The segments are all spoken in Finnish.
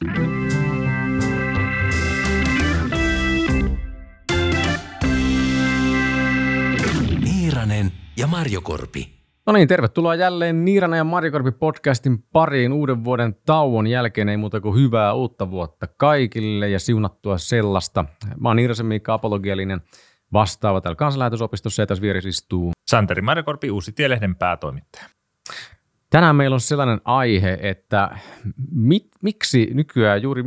Niiranen ja Marjokorpi. No niin, tervetuloa jälleen Niiranen ja Marjokorpi podcastin pariin uuden vuoden tauon jälkeen. Ei muuta kuin hyvää uutta vuotta kaikille ja siunattua sellaista. Mä oon Niirasen Miikka, apologialinen vastaava täällä Kansanlähetysopistossa ja tässä vieressä istuu Santeri Marjokorpi, Uusi Tielehden päätoimittaja. Tänään meillä on sellainen aihe, että miksi nykyään juuri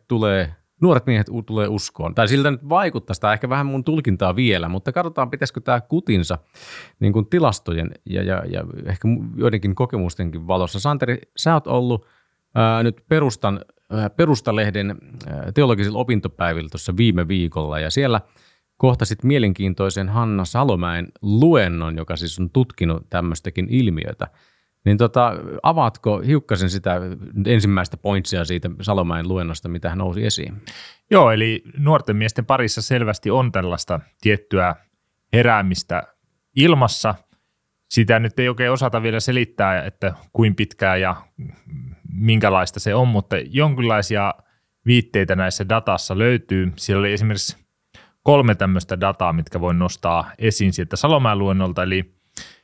nuoret miehet tulee uskoon. Tai siltä nyt vaikuttaa, sitä ehkä vähän mun tulkintaa vielä, mutta katsotaan, pitäisikö tämä kutinsa niin kuin tilastojen ja ehkä joidenkin kokemustenkin valossa. Santeri, sä oot ollut nyt Perustalehden teologisilla opintopäivillä tuossa viime viikolla, ja siellä kohtasit mielenkiintoisen Hanna Salomäen luennon, joka siis on tutkinut tämmöistäkin ilmiötä. Niin avaatko hiukkasen sitä ensimmäistä pointsia siitä Salomäen luennosta, mitä hän nousi esiin? Joo, eli nuorten miesten parissa selvästi on tällaista tiettyä heräämistä ilmassa. Sitä nyt ei oikein osata vielä selittää, että kuinka pitkään ja minkälaista se on, mutta jonkinlaisia viitteitä näissä datassa löytyy. Siellä oli esimerkiksi 3 tämmöistä dataa, mitkä voin nostaa esiin sieltä Salomäen luennolta, eli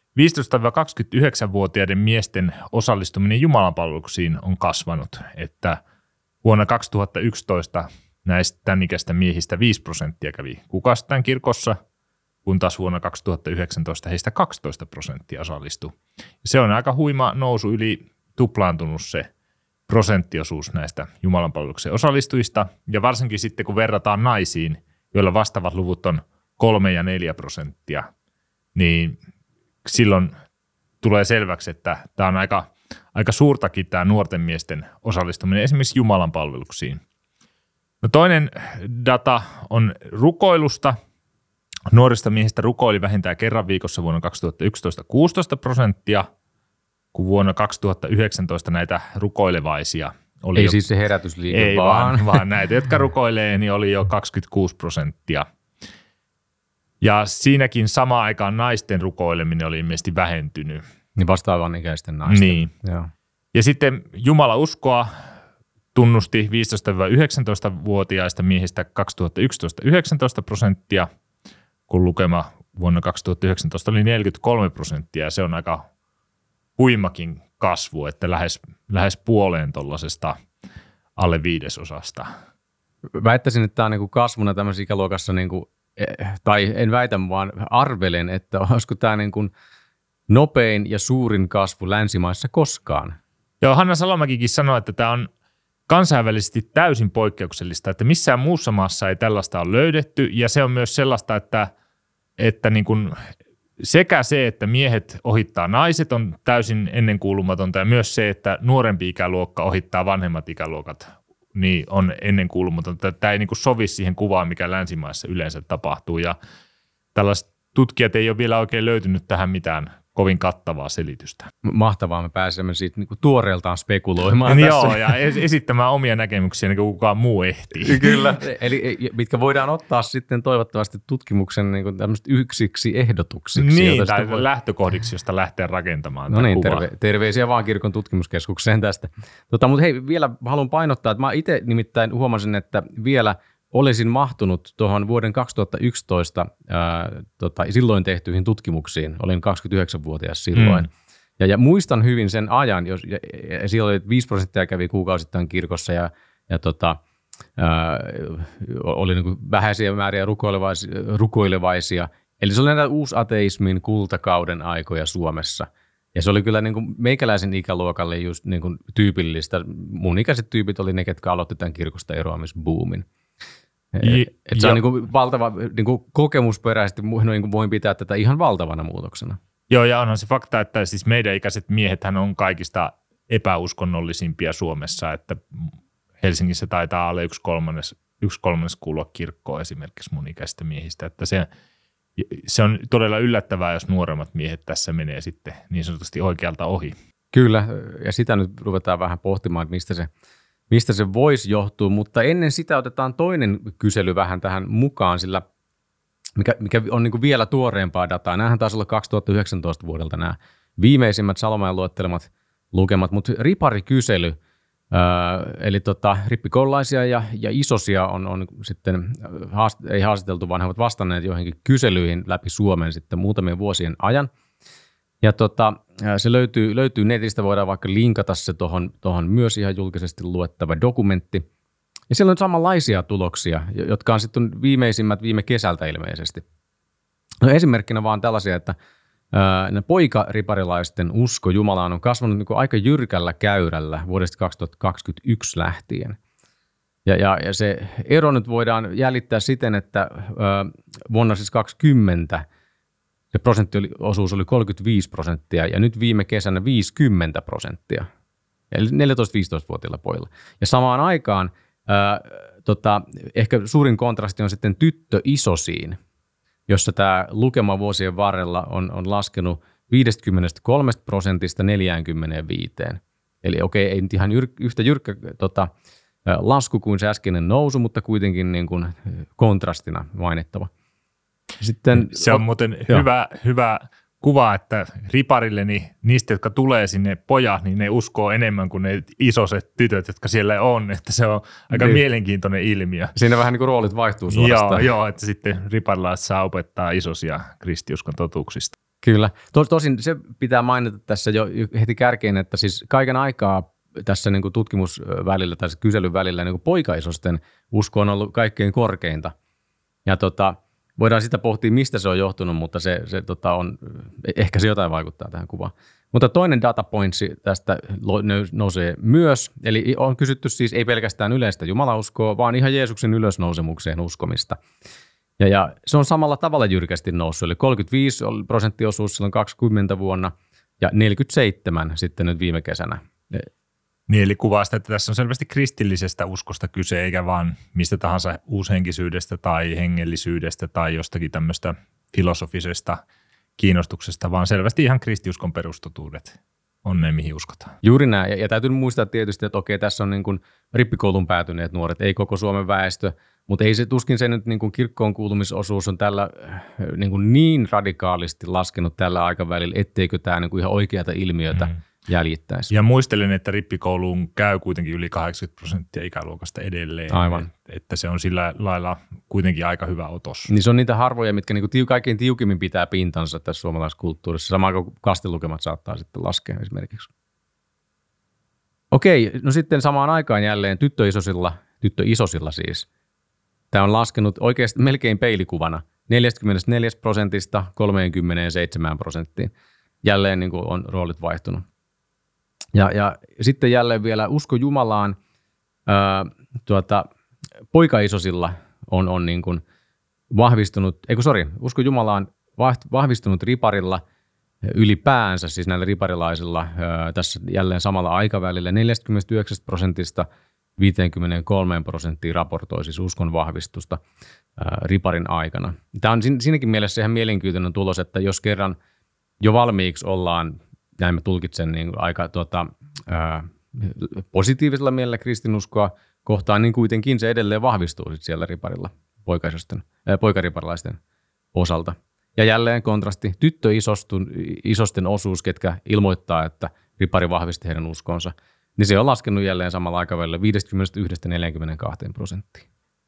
15-29-vuotiaiden miesten osallistuminen jumalanpalveluksiin on kasvanut, että vuonna 2011 näistä tämän ikäistä miehistä 5% kävi kukaistaan kirkossa, kun taas vuonna 2019 heistä 12% osallistui. Se on aika huima nousu, yli tuplaantunut se prosenttiosuus näistä jumalanpalvelukseen osallistujista, ja varsinkin sitten kun verrataan naisiin, joilla vastaavat luvut on 3 ja 4%, niin silloin tulee selväksi, että tämä on aika suurtakin tämä nuorten miesten osallistuminen esimerkiksi Jumalan palveluksiin. No toinen data on rukoilusta. Nuorista miehistä rukoili vähintään kerran viikossa vuonna 2011 16%, kun vuonna 2019 näitä rukoilevaisia oli ei siis se herätysliike, ei vaan näitä, jotka rukoilee, niin oli jo 26%. Ja siinäkin samaan aikaan naisten rukoileminen oli ilmeisesti vähentynyt. Niin vastaavan ikäisten naisten. Niin. Joo. Ja sitten jumalauskoa tunnusti 15-19-vuotiaista miehistä 2011 19%, kun lukema vuonna 2019 oli 43%, ja se on aika huimakin kasvu, että lähes puoleen tuollaisesta alle 5%. Väittäisin, että tämä on niin kuin kasvuna tämmöisessä ikäluokassa niin kuin tai en väitä, vaan arvelen, että olisiko tämä niin kuin nopein ja suurin kasvu länsimaissa koskaan. Joo, Hanna Salomäkikin sanoi, että tämä on kansainvälisesti täysin poikkeuksellista, että missään muussa maassa ei tällaista ole löydetty, ja se on myös sellaista, että niin kuin sekä se, että miehet ohittaa naiset on täysin ennenkuulumatonta, ja myös se, että nuorempi ikäluokka ohittaa vanhemmat ikäluokat, niin on ennenkuulumatonta. Tämä ei niin kuin sovi siihen kuvaan, mikä länsimaissa yleensä tapahtuu, ja tällaiset tutkijat ei ole vielä oikein löytynyt tähän mitään kovin kattavaa selitystä. Mahtavaa, me pääsemme siitä niin kuin tuoreeltaan spekuloimaan tässä. Joo, ja esittämään omia näkemyksiä, niin kuin kukaan muu ehtii. Kyllä, eli mitkä voidaan ottaa sitten toivottavasti tutkimuksen niin kuin yksiksi ehdotuksiksi. Niin, tai lähtökohdiksi, josta lähtee rakentamaan. No niin, terveisiä vaan kirkon tutkimuskeskukseen tästä. Mutta hei, vielä haluan painottaa, että mä itse nimittäin huomasin, että vielä olisin mahtunut tuohon vuoden 2011 silloin tehtyihin tutkimuksiin. Olin 29-vuotias silloin. Ja muistan hyvin sen ajan, siellä oli 5% kävi kuukausittain kirkossa ja oli niin kuin vähäisiä määriä rukoilevaisia. Eli se oli näitä uusateismin kultakauden aikoja Suomessa. Ja se oli kyllä niin kuin meikäläisen ikäluokalle just niin kuin tyypillistä. Mun ikäiset tyypit oli ne, ketkä aloitti tämän kirkosta eroamisbuumin. Se on niin kuin valtava niin kuin kokemusperäisesti, niin kuin voin pitää tätä ihan valtavana muutoksena. Joo, ja onhan se fakta, että siis meidän ikäiset miehethän on kaikista epäuskonnollisimpia Suomessa, että Helsingissä taitaa alle 1/3 kuulua kirkkoon esimerkiksi mun ikäisistä miehistä, että se on todella yllättävää, jos nuoremmat miehet tässä menee sitten niin sanotusti oikealta ohi. Kyllä, ja sitä nyt ruvetaan vähän pohtimaan, että mistä se voisi johtua, mutta ennen sitä otetaan toinen kysely vähän tähän mukaan, sillä mikä on niin kuin vielä tuoreempaa dataa. Nämähän taisi olla 2019 vuodelta nämä viimeisimmät Salomäen luettelemat lukemat, mutta riparikysely Eli rippikoululaisia ja isosia on sitten, ei haastateltu, vaan he ovat vastanneet joihinkin kyselyihin läpi Suomen sitten muutamien vuosien ajan. Ja se löytyy netistä, voidaan vaikka linkata se tuohon myös ihan julkisesti luettava dokumentti. Ja siellä on samanlaisia tuloksia, jotka on sitten viimeisimmät viime kesältä ilmeisesti. No esimerkkinä vaan tällaisia, että poikariparilaisten usko Jumalaan on kasvanut niin kuin aika jyrkällä käyrällä vuodesta 2021 lähtien. Ja se ero nyt voidaan jäljittää siten, että vuonna siis 2020 se prosenttiosuus oli 35% ja nyt viime kesänä 50%. Eli 14-15-vuotiailla pojilla. Ja samaan aikaan ehkä suurin kontrasti on sitten tyttöisosiin, jossa tämä lukema vuosien varrella on laskenut 53% 45%. Eli ei nyt ihan yhtä jyrkkä lasku kuin se äskeinen nousu, mutta kuitenkin niin kuin kontrastina mainittava. Sitten, se on muuten hyvä kuva, että riparille niin niistä, jotka tulee sinne pojat, niin ne uskoo enemmän kuin ne isoset tytöt, jotka siellä on. Että se on aika mielenkiintoinen ilmiö. Siinä vähän niin kuin roolit vaihtuu suorastaan. Joo, että sitten riparilaiset saa opettaa isosia kristiuskon totuuksista. Kyllä. Tosin se pitää mainita tässä jo heti kärkeen, että siis kaiken aikaa tässä niin kuin tutkimusvälillä tai kyselyn välillä niin kuin poikaisosten usko on ollut kaikkein korkeinta. Ja voidaan sitä pohtia, mistä se on johtunut, mutta se on, ehkä se jotain vaikuttaa tähän kuvaan. Mutta toinen data pointsi tästä nousee myös, eli on kysytty siis ei pelkästään yleistä jumalauskoa, vaan ihan Jeesuksen ylösnousemukseen uskomista. Ja se on samalla tavalla jyrkästi noussut, eli 35% osuus silloin 20 vuonna ja 47 sitten nyt viime kesänä. Niin, eli kuvaa sitä, että tässä on selvästi kristillisestä uskosta kyse, eikä vaan mistä tahansa uushenkisyydestä tai hengellisyydestä tai jostakin tämmöistä filosofisesta kiinnostuksesta, vaan selvästi ihan kristiuskon perustotuudet on ne, mihin uskotaan. Juuri näin, ja täytyy muistaa tietysti, että okei, tässä on niin kuin rippikoulun päätyneet nuoret, ei koko Suomen väestö, mutta ei se tuskin se nyt niin kuin kirkkoon kuulumisosuus on tällä niin radikaalisti laskenut tällä aikavälillä, etteikö tämä niin kuin ihan oikeata ilmiötä jäljittäisi. Ja muistelen, että rippikouluun käy kuitenkin yli 80% ikäluokasta edelleen. Aivan. Että se on sillä lailla kuitenkin aika hyvä otos. Niin se on niitä harvoja, mitkä niinku kaikkein tiukimmin pitää pintansa tässä suomalaiskulttuurissa. Samaan kuin kastilukemat saattaa sitten laskea esimerkiksi. Okei, no sitten samaan aikaan jälleen tyttöisosilla siis. Tämä on laskenut oikeasti melkein peilikuvana 44% 37%. Jälleen niin kuin on roolit vaihtunut. Ja sitten jälleen vielä usko Jumalaan poikaisosilla on niin kuin vahvistunut, usko Jumalaan vahvistunut riparilla ylipäänsä, siis näillä riparilaisilla tässä jälleen samalla aikavälillä 49% 53% raportoi siis uskon vahvistusta riparin aikana. Tämä on siinäkin mielessä ihan mielenkiintoinen tulos, että jos kerran jo valmiiksi ollaan, näin mä tulkitsen, niin aika positiivisella mielellä kristinuskoa kohtaan, niin kuitenkin se edelleen vahvistuu sit siellä riparilla poikariparilaisten osalta. Ja jälleen kontrasti, tyttöisosten osuus, ketkä ilmoittaa, että ripari vahvisti heidän uskonsa, niin se on laskenut jälleen samalla aikavälillä 51-42%.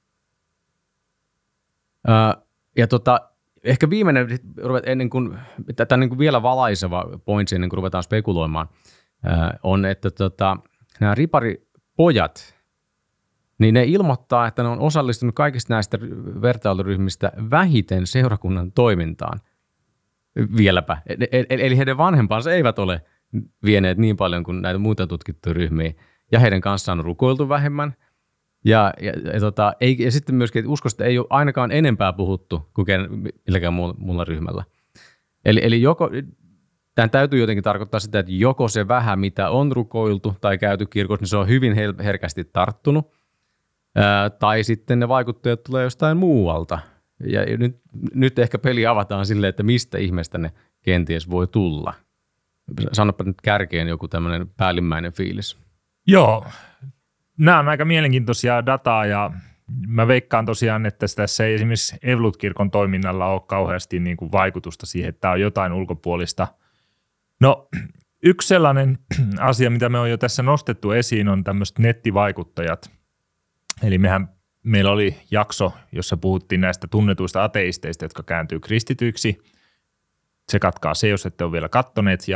Ja ehkä viimeinen, ennen kuin tätä niin kuin vielä valaiseva pointsi, ennen kuin ruvetaan spekuloimaan, on, että nämä riparipojat, niin ne ilmoittaa, että ne on osallistunut kaikista näistä vertailuryhmistä vähiten seurakunnan toimintaan vieläpä. Eli heidän vanhempansa eivät ole vieneet niin paljon kuin näitä muita tutkittuja ryhmiä, ja heidän kanssaan on rukoiltu vähemmän. Ja sitten myöskin, että uskosta ei ole ainakaan enempää puhuttu kuin milläkään muulla ryhmällä. Eli tämän täytyy jotenkin tarkoittaa sitä, että joko se vähän, mitä on rukoiltu tai käyty kirkossa, niin se on hyvin herkästi tarttunut, tai sitten ne vaikuttajat tulee jostain muualta. Ja nyt ehkä peli avataan silleen, että mistä ihmeestä ne kenties voi tulla. Sanoppa nyt kärkeen joku tämmöinen päällimmäinen fiilis. Joo, nämä on aika mielenkiintoisia dataa ja mä veikkaan tosiaan, että tässä ei esimerkiksi Evolut-kirkon toiminnalla ole kauheasti niin kuin vaikutusta siihen, että tämä on jotain ulkopuolista. No Yksi sellainen asia, mitä me on jo tässä nostettu esiin, on tämmöiset nettivaikuttajat. Eli meillä oli jakso, jossa puhuttiin näistä tunnetuista ateisteista, jotka kääntyy kristityiksi. Tsekatkaa se, jos ette ole vielä kattoneet.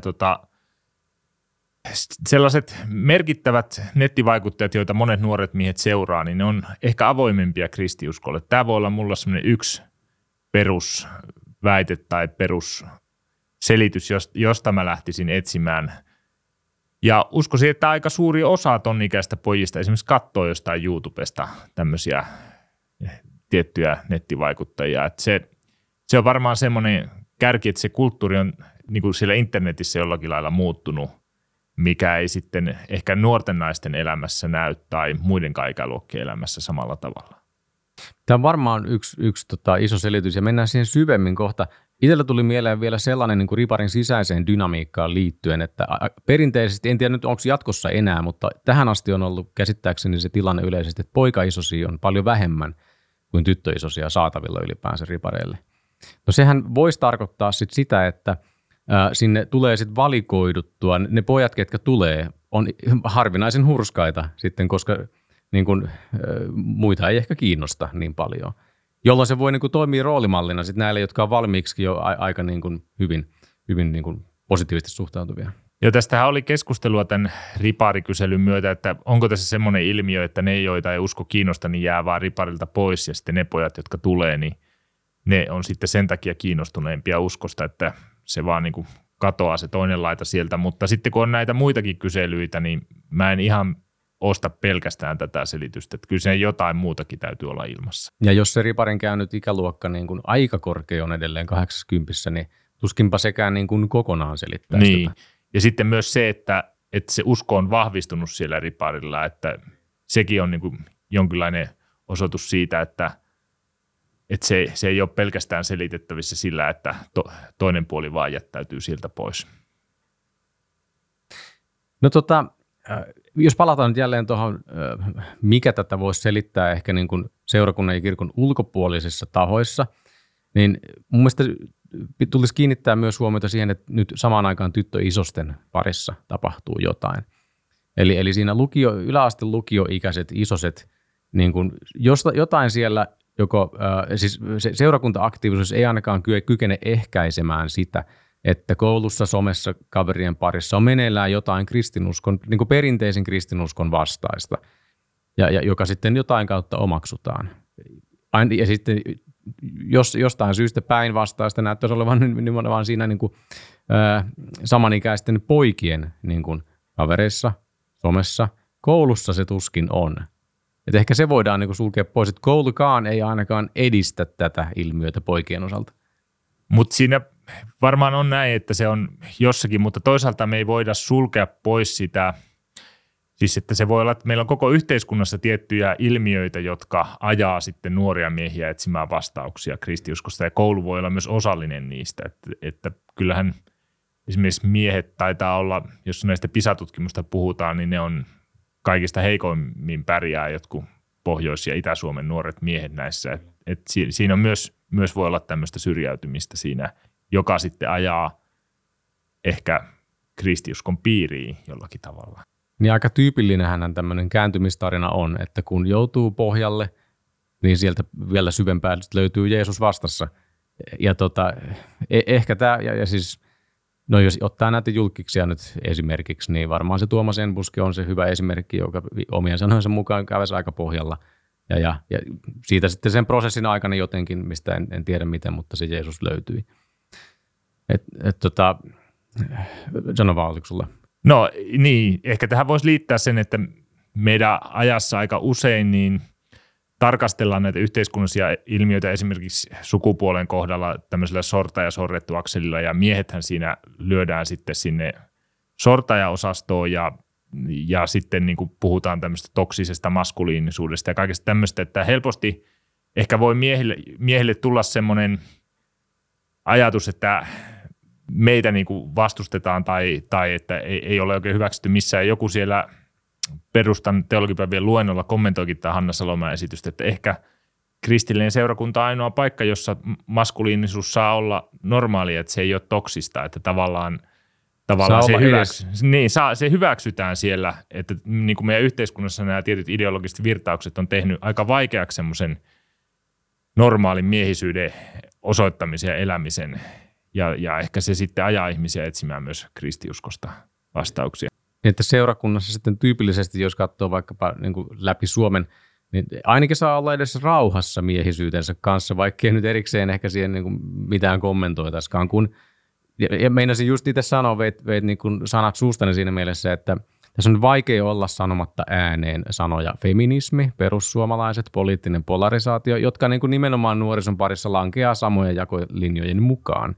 Sellaiset merkittävät nettivaikuttajat, joita monet nuoret miehet seuraa, niin ne on ehkä avoimempia kristiuskolle. Tämä voi olla mulla semmoinen yksi perusväite tai perusselitys, josta mä lähtisin etsimään. Ja uskoisin, että aika suuri osa ton ikäistä pojista esimerkiksi katsoo jostain YouTubesta tämmöisiä tiettyjä nettivaikuttajia. Että se on varmaan semmoinen kärki, että se kulttuuri on niin kuin siellä internetissä jollakin lailla muuttunut, mikä ei sitten ehkä nuorten naisten elämässä näy tai muidenkaan ikäluokkien elämässä samalla tavalla. Tämä on varmaan yksi iso selitys ja mennään siihen syvemmin kohta. Itsellä tuli mieleen vielä sellainen niin kuin riparin sisäiseen dynamiikkaan liittyen, että perinteisesti, en tiedä nyt onko jatkossa enää, mutta tähän asti on ollut käsittääkseni se tilanne yleisesti, että poikaisosia on paljon vähemmän kuin tyttöisosia saatavilla ylipäänsä ripareille. No sehän voisi tarkoittaa sit sitä, että sinne tulee sitten valikoiduttua, ne pojat, ketkä tulee, on harvinaisen hurskaita sitten, koska niin kun, muita ei ehkä kiinnosta niin paljon, jolloin se voi niin kun, toimia roolimallina sitten näille, jotka on valmiiksi jo aika niin kun, hyvin niin kun, positiivisesti suhtautuvia. Ja tästähän oli keskustelua tämän riparikyselyn myötä, että onko tässä semmoinen ilmiö, että ne, joita ei usko kiinnosta, niin jää vaan riparilta pois ja sitten ne pojat, jotka tulee, niin ne on sitten sen takia kiinnostuneempia uskosta, että se vaan niin kuin katoaa se toinen laita sieltä. Mutta sitten kun on näitä muitakin kyselyitä, niin mä en ihan osta pelkästään tätä selitystä. Että kyllä se jotain muutakin täytyy olla ilmassa. Ja jos se riparin käynyt ikäluokka niin kuin aika korkea on edelleen 80, niin tuskinpa sekään niin kuin kokonaan selittää niin. sitä. Ja sitten myös se, että se usko on vahvistunut siellä riparilla, että sekin on niin kuin jonkinlainen osoitus siitä, että se ei ole pelkästään selitettävissä sillä, että toinen puoli vaan jättäytyy sieltä pois. No jos palataan nyt jälleen tuohon, mikä tätä voisi selittää ehkä niin kuin seurakunnan ja kirkon ulkopuolisissa tahoissa, niin mun mielestä tulisi kiinnittää myös huomiota siihen, että nyt samaan aikaan tyttöisosten parissa tapahtuu jotain. Eli siinä yläaste lukioikäiset isoset, niin kuin jotain siellä siis se seurakunta-aktiivisuus ei ainakaan kykene ehkäisemään sitä, että koulussa, somessa, kaverien parissa on meneillään jotain kristinuskon, niin kuin perinteisen kristinuskon vastaista, ja joka sitten jotain kautta omaksutaan. Ja sitten jos jostain syystä päinvastaista näyttäisi olevan nimenomaan siinä niin kuin, samanikäisten poikien niin kuin kavereissa, somessa, koulussa se tuskin on. Et ehkä se voidaan niin kuin sulkea pois, että koulukaan ei ainakaan edistä tätä ilmiötä poikien osalta. Mutta siinä varmaan on näin, että se on jossakin, mutta toisaalta me ei voida sulkea pois sitä, siis että se voi olla, että meillä on koko yhteiskunnassa tiettyjä ilmiöitä, jotka ajaa sitten nuoria miehiä etsimään vastauksia kristiuskosta, ja koulu voi olla myös osallinen niistä, että kyllähän esimerkiksi miehet taitaa olla, jos näistä PISA-tutkimusta puhutaan, niin ne on kaikista heikoimmin pärjää jotkut Pohjois- ja Itä-Suomen nuoret miehet näissä. Et siinä on myös voi olla tämmöistä syrjäytymistä siinä, joka sitten ajaa ehkä kristiuskon piiriin jollakin tavalla. Niin aika tyypillinenhän tämmöinen kääntymistarina on, että kun joutuu pohjalle, niin sieltä vielä syvempää löytyy Jeesus vastassa. Ja ehkä tämä, ja siis no jos ottaa näitä julkkiksia nyt esimerkiksi, niin varmaan se Tuomas Enbuske on se hyvä esimerkki, joka omien sanojensa mukaan käväsi aika pohjalla. Ja siitä sitten sen prosessin aikana jotenkin, mistä en tiedä miten, mutta se Jeesus löytyi. Sano vaan, oliko sulla? No niin, ehkä tähän voisi liittää sen, että meidän ajassa aika usein niin tarkastellaan näitä yhteiskunnallisia ilmiöitä esimerkiksi sukupuolen kohdalla tämmöisellä sorta- ja sorrettu-akselilla, ja miehethän siinä lyödään sitten sinne sortajaosastoon, ja sitten niin kuin puhutaan tämmöistä toksisesta maskuliinisuudesta ja kaikesta tämmöistä, että helposti ehkä voi miehille tulla semmoinen ajatus, että meitä niin kuin vastustetaan tai että ei ole oikein hyväksytty missään. Joku siellä Perustan teologipäivien luennolla kommentoikin tämä Hanna Salomäen esitystä, että ehkä kristillinen seurakunta on ainoa paikka, jossa maskuliinisuus saa olla normaalia, että se ei ole toksista, että tavallaan tavallaan se hyväksytään siellä, että niin kuin meidän yhteiskunnassa nämä tietyt ideologiset virtaukset on tehnyt aika vaikeaksi semmoisen normaalin miehisyyden osoittamisen ja elämisen, ja ehkä se sitten ajaa ihmisiä etsimään myös kristiuskosta vastauksia. Että seurakunnassa sitten tyypillisesti, jos katsoo vaikkapa niin kuin läpi Suomen, niin ainakin saa olla edes rauhassa miehisyytensä kanssa, vaikkei nyt erikseen ehkä siihen niin kuin mitään kommentoitaisikaan. Ja meinasin just itse sanoa, veit niin kuin sanat suustani siinä mielessä, että tässä on vaikea olla sanomatta ääneen sanoja feminismi, perussuomalaiset, poliittinen polarisaatio, jotka niin kuin nimenomaan nuorison parissa lankeaa samojen jakolinjojen mukaan.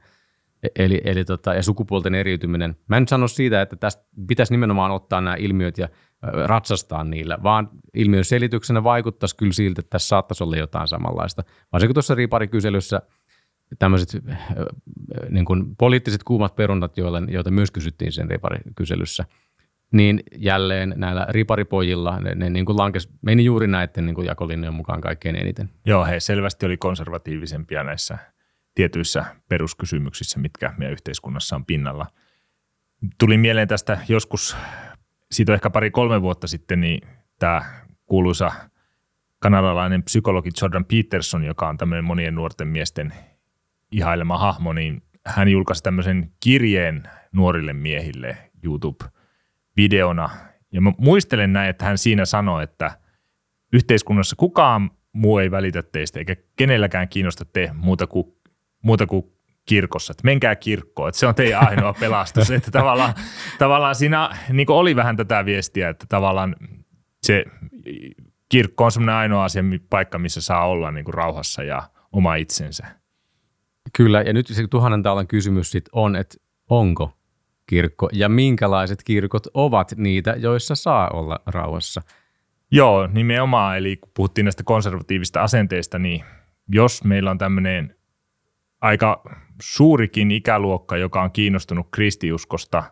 Ja sukupuolten eriytyminen. Mä en sano siitä, että tästä pitäisi nimenomaan ottaa nämä ilmiöt ja ratsastaa niillä, vaan ilmiön selityksenä vaikuttaisi kyllä siltä, että tässä saattaisi olla jotain samanlaista. Varsinkin tuossa riparikyselyssä tämmöiset niin kuin poliittiset kuumat perunat, joita myös kysyttiin sen riparikyselyssä, niin jälleen näillä riparipojilla ne niin kuin meni juuri näiden niin kuin jakolinjojen mukaan kaikkein eniten. Joo, he selvästi oli konservatiivisempia näissä tietyissä peruskysymyksissä, mitkä meidän yhteiskunnassa on pinnalla. Tuli mieleen tästä joskus, siitä on ehkä 2-3 vuotta sitten, niin tämä kuuluisa kanadalainen psykologi Jordan Peterson, joka on tämmöinen monien nuorten miesten ihailema hahmo, niin hän julkaisi tämmöisen kirjeen nuorille miehille YouTube-videona. Ja mä muistelen näin, että hän siinä sanoi, että yhteiskunnassa kukaan muu ei välitä teistä, eikä kenelläkään kiinnosta te muuta kuin kirkossa. Että menkää kirkkoon, että se on teidän ainoa pelastus. Että tavallaan siinä niin kuin oli vähän tätä viestiä, että tavallaan se kirkko on semmoinen ainoa paikka, missä saa olla niin kuin rauhassa ja oma itsensä. Kyllä, ja nyt se 1000 taalan kysymys sit on, että onko kirkko ja minkälaiset kirkot ovat niitä, joissa saa olla rauhassa? Joo, nimenomaan. Eli kun puhuttiin näistä konservatiivista asenteista, niin jos meillä on tämmöinen aika suurikin ikäluokka, joka on kiinnostunut kristiuskosta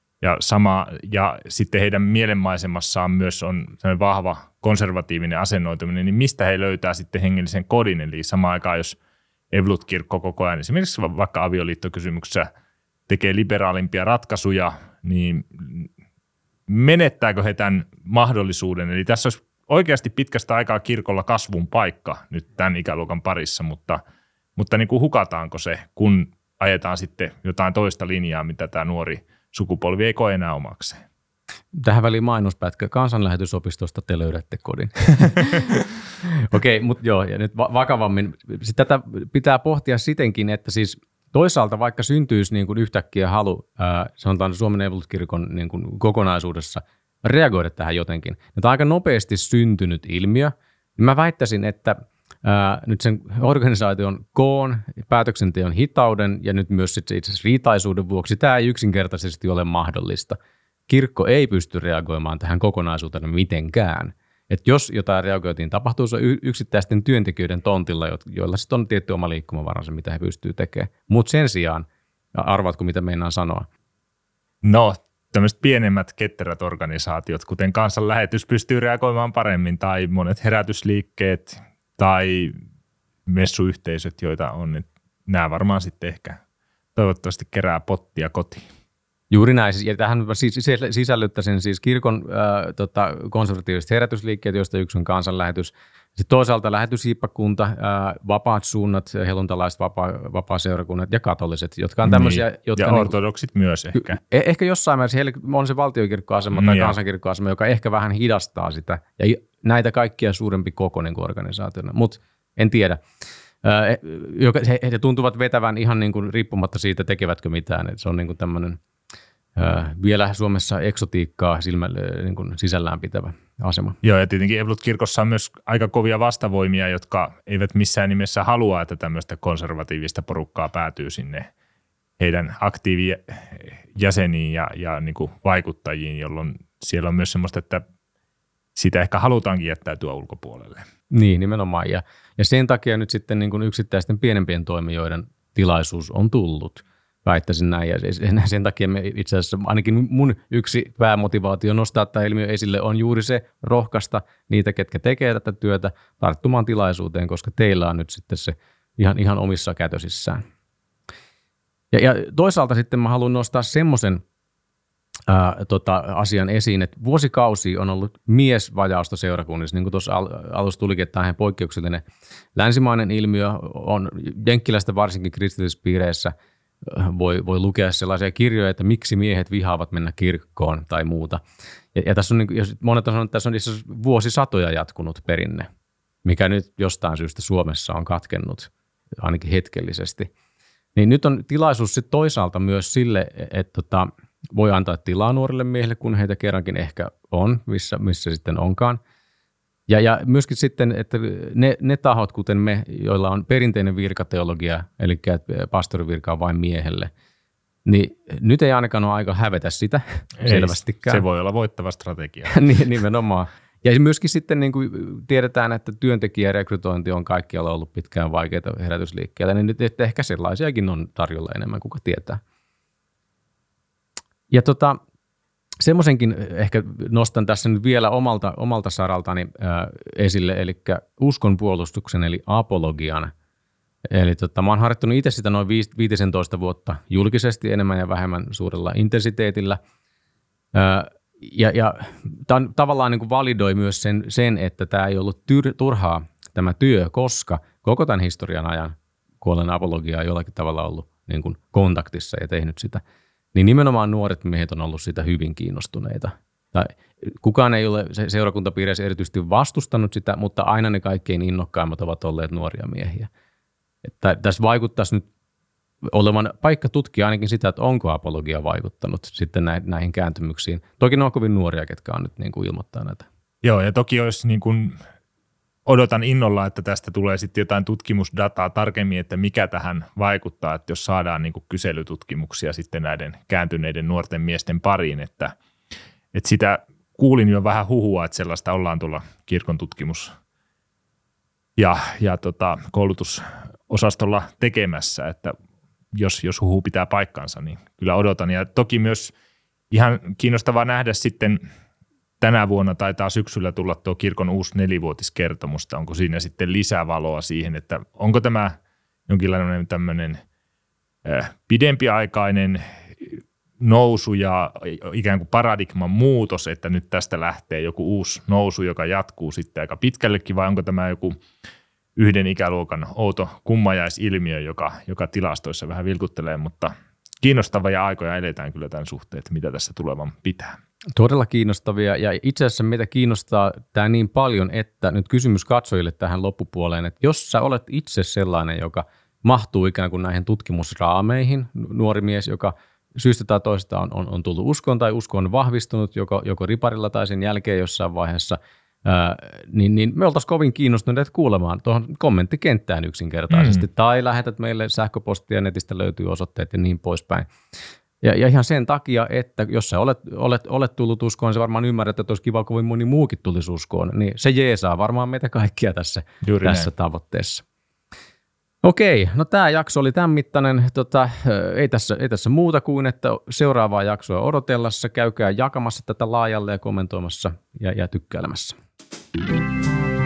ja sitten heidän mielenmaisemassaan myös on sellainen vahva konservatiivinen asennoituminen, niin mistä he löytää sitten hengellisen kodin? Eli samaan aikaan, jos Evankelisluterilainen-kirkko koko ajan esimerkiksi vaikka avioliittokysymyksessä tekee liberaalimpia ratkaisuja, niin menettääkö he tämän mahdollisuuden? Eli tässä olisi oikeasti pitkästä aikaa kirkolla kasvun paikka nyt tämän ikäluokan parissa, mutta niin kuin hukataanko se, kun ajetaan sitten jotain toista linjaa, mitä tämä nuori sukupolvi ei koe enää omakseen? Tähän väliin mainospätkä. Kansanlähetysopistosta te löydätte kodin. Okei, mutta joo, ja nyt vakavammin. Sitten tätä pitää pohtia sitenkin, että siis toisaalta vaikka syntyisi niin kuin yhtäkkiä halu, sanotaan Suomen Evankelisluterilainen-kirkon niin kuin kokonaisuudessa, reagoida tähän jotenkin. Tämä on aika nopeasti syntynyt ilmiö. Mä väittäisin, että nyt sen organisaation koon, päätöksenteon hitauden ja nyt myös itse asiassa riitaisuuden vuoksi tämä ei yksinkertaisesti ole mahdollista. Kirkko ei pysty reagoimaan tähän kokonaisuutena mitenkään. Että jos jotain reagoitiin, tapahtuu se yksittäisten työntekijöiden tontilla, joilla sitten on tietty oma liikkumavaransa, mitä he pystyvät tekemään. Mutta sen sijaan, arvaatko mitä meinaan sanoa? No, tämmöiset pienemmät ketterät organisaatiot, kuten Kansanlähetys, pystyy reagoimaan paremmin, tai monet herätysliikkeet tai messuyhteisöt, joita on, niin nämä varmaan sitten ehkä toivottavasti kerää pottia kotiin. Juuri näin, ja tähän sisällyttäisin siis kirkon konservatiiviset herätysliikkeet, joista yksi on Kansanlähetys. Sitten toisaalta lähetyshiippakunta, vapaat suunnat, helluntalaiset vapaaseurakunnat ja katoliset, jotka on tämmöisiä. Niin, ja ortodoksit myös ehkä. Ehkä jossain määrin heillä on se valtiokirkkoasema tai kansankirkkoasema, joka ehkä vähän hidastaa sitä, ja näitä kaikkia suurempi koko niin kuin organisaationa, mutta en tiedä. He tuntuvat vetävän ihan niin kuin riippumatta siitä, tekevätkö mitään. Se on niin kuin tämmöinen vielä Suomessa eksotiikkaa niin kuin sisällään pitävä asema. Joo, ja tietenkin Evankelisluterilainen-kirkossa on myös aika kovia vastavoimia, jotka eivät missään nimessä halua, että tämmöistä konservatiivista porukkaa päätyy sinne heidän aktiivijäseniin ja niin kuin vaikuttajiin, jolloin siellä on myös semmoista, että siitä ehkä halutaankin jättäytyä ulkopuolelle. Niin, nimenomaan. Ja sen takia nyt sitten niin kuin yksittäisten pienempien toimijoiden tilaisuus on tullut. Väittäisin näin, ja sen takia me itse asiassa ainakin mun yksi päämotivaatio nostaa tämä ilmiö esille on juuri se rohkaista niitä, ketkä tekee tätä työtä tarttumaan tilaisuuteen, koska teillä on nyt sitten se ihan omissa kätösissään. Ja toisaalta sitten mä haluan nostaa semmoisen asian esiin, että vuosikausi on ollut miesvajausta seurakunnissa, niin kuin tuossa alussa tulikin, että tämä on poikkeuksellinen länsimainen ilmiö, on jenkkiläistä varsinkin kristillisissä piireissä voi lukea sellaisia kirjoja, että miksi miehet vihaavat mennä kirkkoon tai muuta. Ja tässä on, niin, monet on sanonut, että tässä on vuosisatoja jatkunut perinne, mikä nyt jostain syystä Suomessa on katkennut, ainakin hetkellisesti. Niin nyt on tilaisuus sitten toisaalta myös sille, että voi antaa tilaa nuorille miehille, kun heitä kerrankin ehkä on, missä sitten onkaan. Ja myöskin sitten, että ne tahot, kuten me, joilla on perinteinen virkateologia, eli pastorivirka on vain miehelle, niin nyt ei ainakaan ole aika hävetä sitä selvästikään. Se voi olla voittava strategia. Nimenomaan. Ja myöskin sitten niin kuin tiedetään, että työntekijärekrytointi on kaikkialla ollut pitkään vaikeita herätysliikkeitä, niin nyt ehkä sellaisiakin on tarjolla enemmän, kuka tietää. Ja semmoisenkin ehkä nostan tässä nyt vielä omalta saraltani esille, eli uskonpuolustuksen eli apologian. Eli mä oon harjoittanut itse sitä noin 15 vuotta julkisesti enemmän ja vähemmän suurella intensiteetillä. Ja tämä tavallaan niin kuin validoi myös sen, että tämä ei ollut turhaa tämä työ, koska koko tämän historian ajan, kun olen apologiaa jollakin tavalla ollut niin kuin kontaktissa ja tehnyt sitä, niin nimenomaan nuoret miehet on ollut sitä hyvin kiinnostuneita. Tai kukaan ei ole seurakuntapiireissä erityisesti vastustanut sitä, mutta aina ne kaikkein innokkaimmat ovat olleet nuoria miehiä. Että tässä vaikuttaisi nyt olevan paikka tutkia ainakin sitä, että onko apologia vaikuttanut sitten näihin kääntymyksiin. Toki ne on kovin nuoria, ketkä on nyt niin kuin ilmoittaa näitä. Joo, ja toki olisi niin kuin, odotan innolla, että tästä tulee sitten jotain tutkimusdataa tarkemmin, että mikä tähän vaikuttaa, että jos saadaan niin kuin kyselytutkimuksia sitten näiden kääntyneiden nuorten miesten pariin, että sitä kuulin jo vähän huhua, että sellaista ollaan tuolla kirkon tutkimus- ja koulutusosastolla tekemässä, että jos huhu pitää paikkansa, niin kyllä odotan. Ja toki myös ihan kiinnostavaa nähdä sitten tänä vuonna taitaa syksyllä tulla tuo kirkon uusi 4-vuotiskertomus. Onko siinä sitten lisävaloa siihen, että onko tämä jonkinlainen tämmöinen pidempiaikainen nousu ja ikään kuin paradigman muutos, että nyt tästä lähtee joku uusi nousu, joka jatkuu sitten aika pitkällekin, vai onko tämä joku yhden ikäluokan outo kummajaisilmiö, joka tilastoissa vähän vilkuttelee, mutta kiinnostavia aikoja eletään kyllä tämän suhteen, että mitä tässä tulevan pitää. Todella kiinnostavia, ja itse asiassa meitä kiinnostaa tämä niin paljon, että nyt kysymys katsojille tähän loppupuoleen, että jos sä olet itse sellainen, joka mahtuu ikään kuin näihin tutkimusraameihin, nuori mies, joka syystä tai toisesta on tullut uskoon tai usko on vahvistunut joko riparilla tai sen jälkeen jossain vaiheessa, niin me oltaisiin kovin kiinnostuneet kuulemaan tuohon kommenttikenttään yksinkertaisesti. Tai lähetät meille sähköpostia, netistä löytyy osoitteet ja niin poispäin. Ja ihan sen takia, että jos sä olet tullut uskoon, se varmaan ymmärrät, että olisi kiva, kovin moni muukin tulisi uskoon, niin se jeesaa varmaan meitä kaikkia tässä tavoitteessa. Okei, no tämä jakso oli tämän mittainen. Ei tässä muuta kuin, että seuraavaa jaksoa odotellessa käykää jakamassa tätä laajalle ja kommentoimassa ja tykkäilemässä.